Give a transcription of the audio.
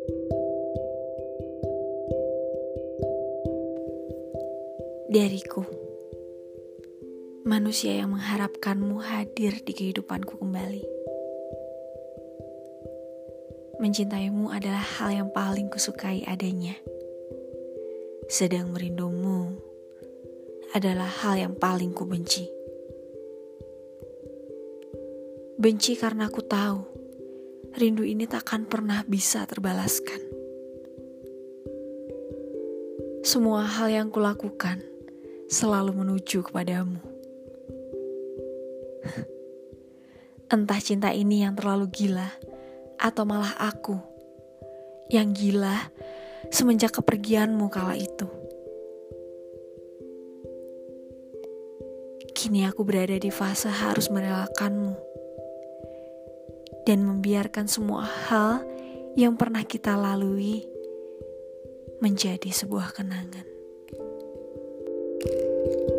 Dariku, manusia yang mengharapkanmu hadir di kehidupanku kembali. Mencintaimu adalah hal yang paling kusukai adanya. Sedang merindumu adalah hal yang paling kubenci. Benci karena aku tahu rindu ini takkan pernah bisa terbalaskan. Semua hal yang kulakukan selalu menuju kepadamu. Entah cinta ini yang terlalu gila atau malah aku yang gila semenjak kepergianmu kala itu. Kini aku berada di fase harus merelakanmu dan membiarkan semua hal yang pernah kita lalui menjadi sebuah kenangan.